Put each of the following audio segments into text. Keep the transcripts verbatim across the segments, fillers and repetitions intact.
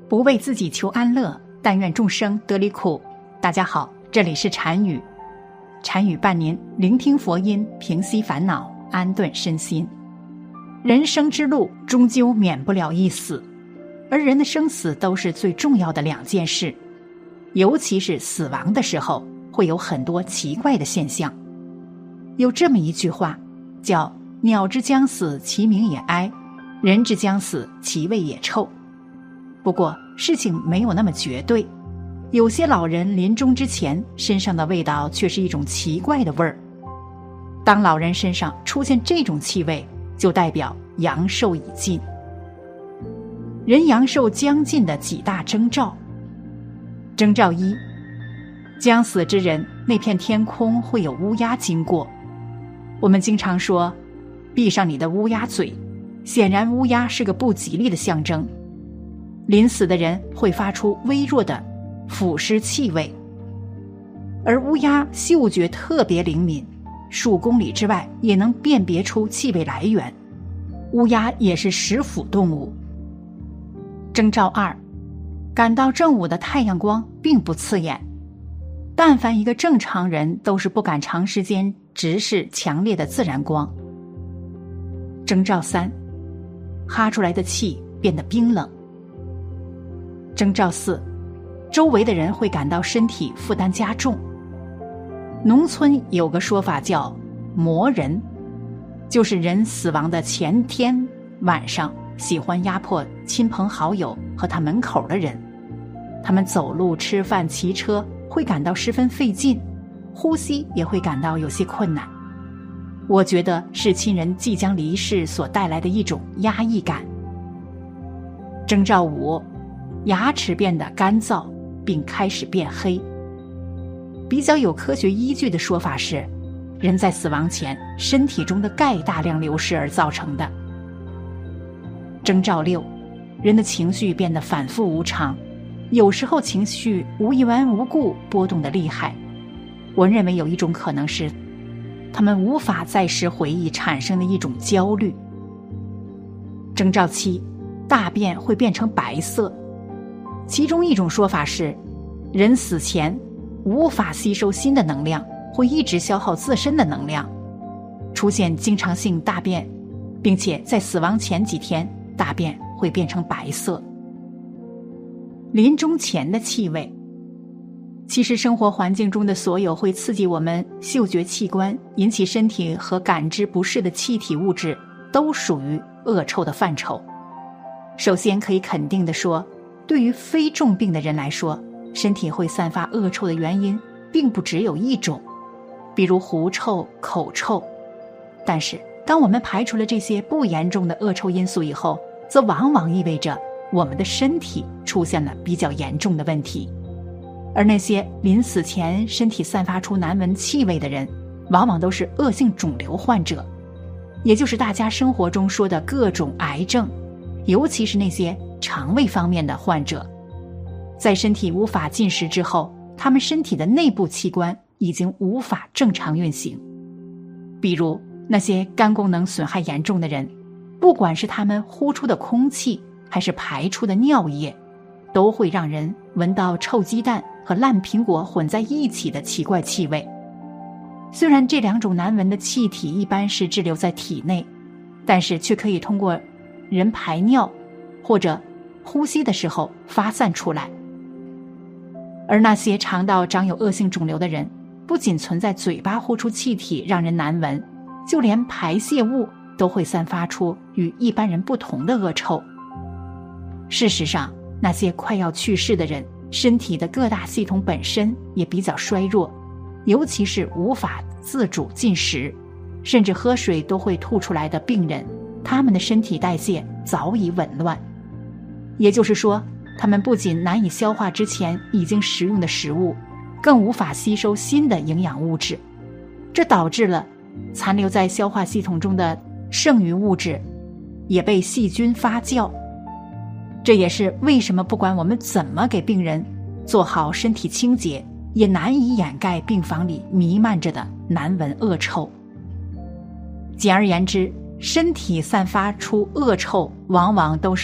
不为自己求安乐，但愿众生得离苦。大家好，这里是禅语，禅语伴您聆听佛音，平息烦恼，安顿身心。人生之路终究免不了一死，而人的生死都是最重要的两件事，尤其是死亡的时候，会有很多奇怪的现象。有这么一句话，叫鸟之将死，其鸣也哀；人之将死，其味也臭。不过事情没有那么绝对，有些老人临终之前身上的味道却是一种奇怪的味儿。当老人身上出现这种气味，就代表阳寿已尽。人阳寿将近的几大征兆。征兆一，将死之人那片天空会有乌鸦经过。我们经常说闭上你的乌鸦嘴，显然乌鸦是个不吉利的象征。临死的人会发出微弱的腐尸气味，而乌鸦嗅觉特别灵敏，数公里之外也能辨别出气味来源。乌鸦也是食腐动物。征兆二，感到正午的太阳光并不刺眼，但凡一个正常人都是不敢长时间直视强烈的自然光。征兆三，哈出来的气变得冰冷。征兆四，周围的人会感到身体负担加重。农村有个说法叫魔人，就是人死亡的前天晚上喜欢压迫亲朋好友和他门口的人，他们走路、吃饭、骑车会感到十分费劲，呼吸也会感到有些困难。我觉得是亲人即将离世所带来的一种压抑感。征兆五，牙齿变得干燥并开始变黑。比较有科学依据的说法是，人在死亡前身体中的钙大量流失而造成的。征兆六，人的情绪变得反复无常，有时候情绪无缘无故波动得厉害。我认为有一种可能是他们无法再时回忆产生的一种焦虑。征兆七，大便会变成白色。其中一种说法是，人死前无法吸收新的能量，会一直消耗自身的能量，出现经常性大便，并且在死亡前几天大便会变成白色。临终前的气味，其实生活环境中的所有会刺激我们嗅觉器官，引起身体和感知不适的气体物质，都属于恶臭的范畴。首先可以肯定地说，对于非重病的人来说，身体会散发恶臭的原因并不只有一种，比如狐臭、口臭。但是当我们排除了这些不严重的恶臭因素以后，则往往意味着我们的身体出现了比较严重的问题。而那些临死前身体散发出难闻气味的人，往往都是恶性肿瘤患者，也就是大家生活中说的各种癌症，尤其是那些肠胃方面的患者。在身体无法进食之后，他们身体的内部器官已经无法正常运行。比如那些肝功能损害严重的人，不管是他们呼出的空气还是排出的尿液，都会让人闻到臭鸡蛋和烂苹果混在一起的奇怪气味。虽然这两种难闻的气体一般是滞留在体内，但是却可以通过人排尿或者呼吸的时候发散出来。而那些肠道长有恶性肿瘤的人，不仅存在嘴巴呼出气体让人难闻，就连排泄物都会散发出与一般人不同的恶臭。事实上，那些快要去世的人，身体的各大系统本身也比较衰弱，尤其是无法自主进食，甚至喝水都会吐出来的病人，他们的身体代谢早已紊乱。也就是说，他们不仅难以消化之前已经食用的食物，更无法吸收新的营养物质，这导致了残留在消化系统中的剩余物质也被细菌发酵。这也是为什么不管我们怎么给病人做好身体清洁，也难以掩盖病房里弥漫着的难闻恶臭。简而言之，身体散发出恶臭往往都是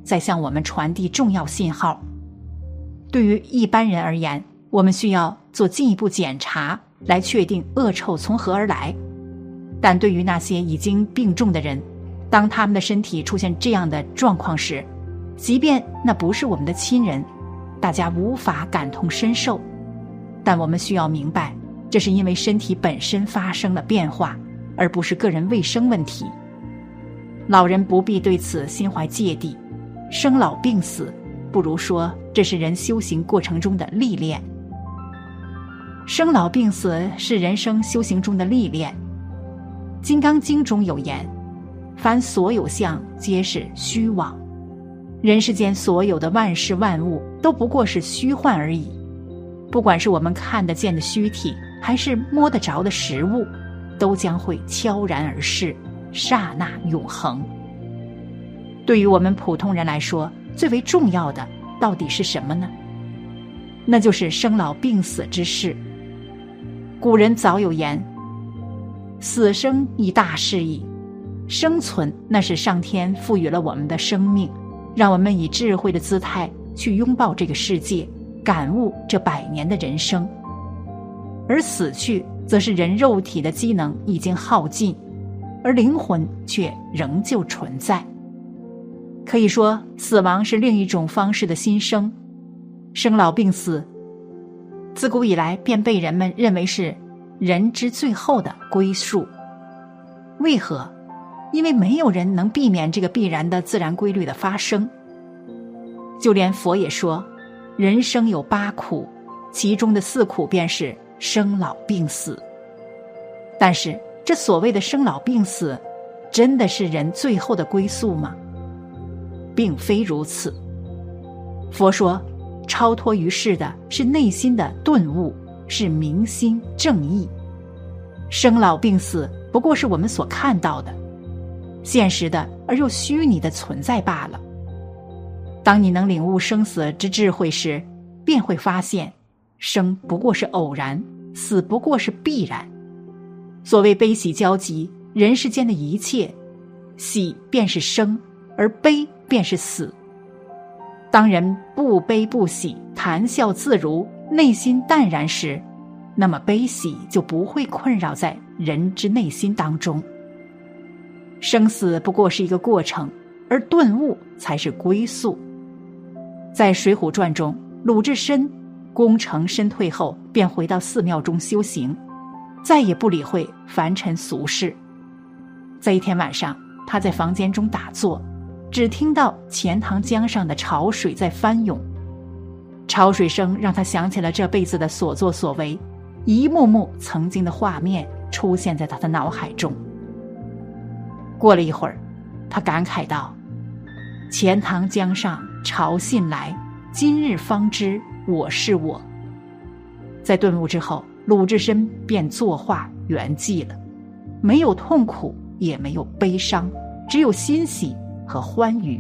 在向我们传递重要信号。对于一般人而言，我们需要做进一步检查来确定恶臭从何而来。但对于那些已经病重的人，当他们的身体出现这样的状况时，即便那不是我们的亲人，大家无法感同身受，但我们需要明白，这是因为身体本身发生了变化，而不是个人卫生问题。老人不必对此心怀芥蒂，生老病死，不如说这是人修行过程中的历练。生老病死是人生修行中的历练。《金刚经》中有言，凡所有相皆是虚妄，人世间所有的万事万物都不过是虚幻而已。不管是我们看得见的虚体，还是摸得着的实物，都将会悄然而逝，刹那永恒。对于我们普通人来说，最为重要的到底是什么呢？那就是生老病死之事。古人早有言，死生亦大事矣。生存那是上天赋予了我们的生命，让我们以智慧的姿态去拥抱这个世界，感悟这百年的人生。而死去则是人肉体的机能已经耗尽，而灵魂却仍旧存在。可以说，死亡是另一种方式的新生。生老病死自古以来便被人们认为是人之最后的归宿。为何？因为没有人能避免这个必然的自然规律的发生。就连佛也说，人生有八苦，其中的四苦便是生老病死。但是这所谓的生老病死，真的是人最后的归宿吗？并非如此。佛说，超脱于世的是内心的顿悟，是明心正义。生老病死不过是我们所看到的现实的而又虚拟的存在罢了。当你能领悟生死之智慧时，便会发现，生不过是偶然，死不过是必然。所谓悲喜交集，人世间的一切，喜便是生，而悲便是死。当人不悲不喜，谈笑自如，内心淡然时，那么悲喜就不会困扰在人之内心当中。生死不过是一个过程，而顿悟才是归宿。在《水浒传》中，鲁智深功成身退后，便回到寺庙中修行，再也不理会凡尘俗事。在一天晚上，他在房间中打坐，只听到钱塘江上的潮水在翻涌，潮水声让他想起了这辈子的所作所为，一幕幕曾经的画面出现在他的脑海中。过了一会儿，他感慨道，钱塘江上潮信来，今日方知我是我。在顿悟之后，鲁智深便作画圆寂了，没有痛苦，也没有悲伤，只有欣喜和欢愉。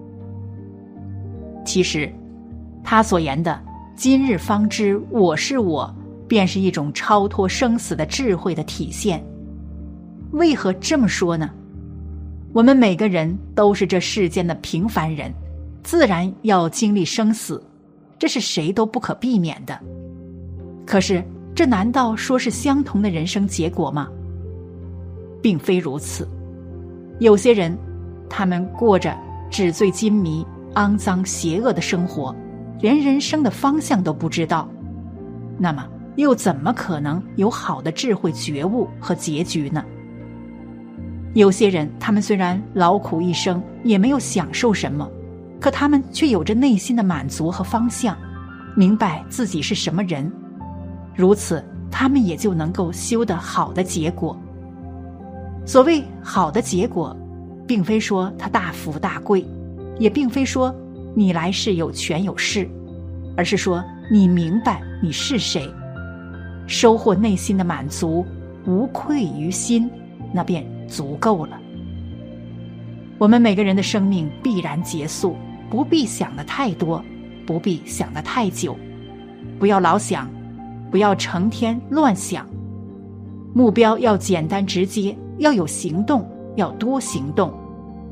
其实他所言的今日方知我是我，便是一种超脱生死的智慧的体现。为何这么说呢？我们每个人都是这世间的平凡人，自然要经历生死，这是谁都不可避免的。可是这难道说是相同的人生结果吗？并非如此。有些人他们过着纸醉金迷、肮脏邪恶的生活，连人生的方向都不知道，那么又怎么可能有好的智慧觉悟和结局呢？有些人他们虽然劳苦一生，也没有享受什么，可他们却有着内心的满足和方向，明白自己是什么人，如此他们也就能够修得好的结果。所谓好的结果，并非说他大富大贵，也并非说你来世有权有势，而是说你明白你是谁，收获内心的满足，无愧于心，那便足够了。我们每个人的生命必然结束，不必想得太多，不必想得太久，不要老想，不要成天乱想，目标要简单直接，要有行动，要多行动。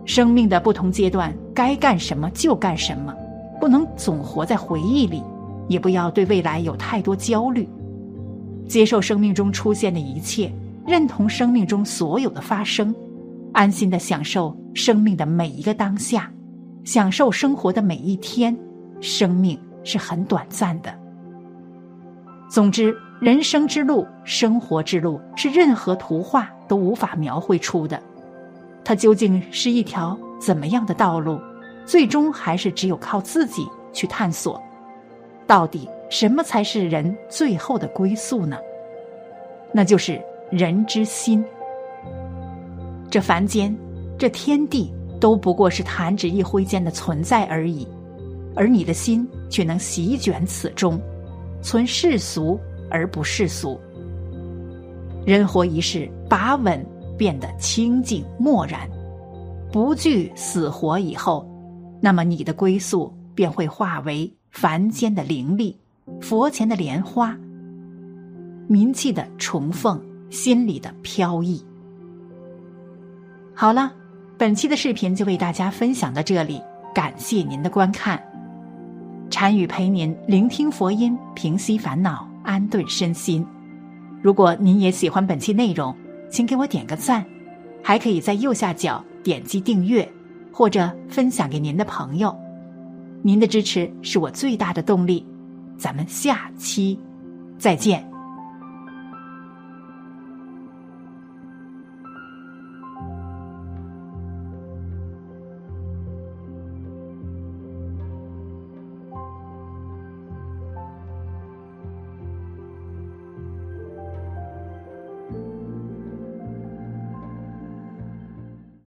生命的不同阶段该干什么就干什么，不能总活在回忆里，也不要对未来有太多焦虑。接受生命中出现的一切，认同生命中所有的发生，安心地享受生命的每一个当下，享受生活的每一天。生命是很短暂的。总之，人生之路，生活之路，是任何图画都无法描绘出的。它究竟是一条怎么样的道路，最终还是只有靠自己去探索。到底什么才是人最后的归宿呢？那就是人之心。这凡间，这天地都不过是弹指一挥间的存在而已，而你的心却能席卷此中，存世俗而不世俗。人活一世，把稳变得清静漠然，不惧死活以后，那么你的归宿便会化为凡间的灵力，佛前的莲花，冥气的重凤，心里的飘逸。好了，本期的视频就为大家分享到这里，感谢您的观看。禅语陪您聆听佛音，平息烦恼，安顿身心。如果您也喜欢本期内容，请给我点个赞，还可以在右下角点击订阅，或者分享给您的朋友。您的支持是我最大的动力。咱们下期再见。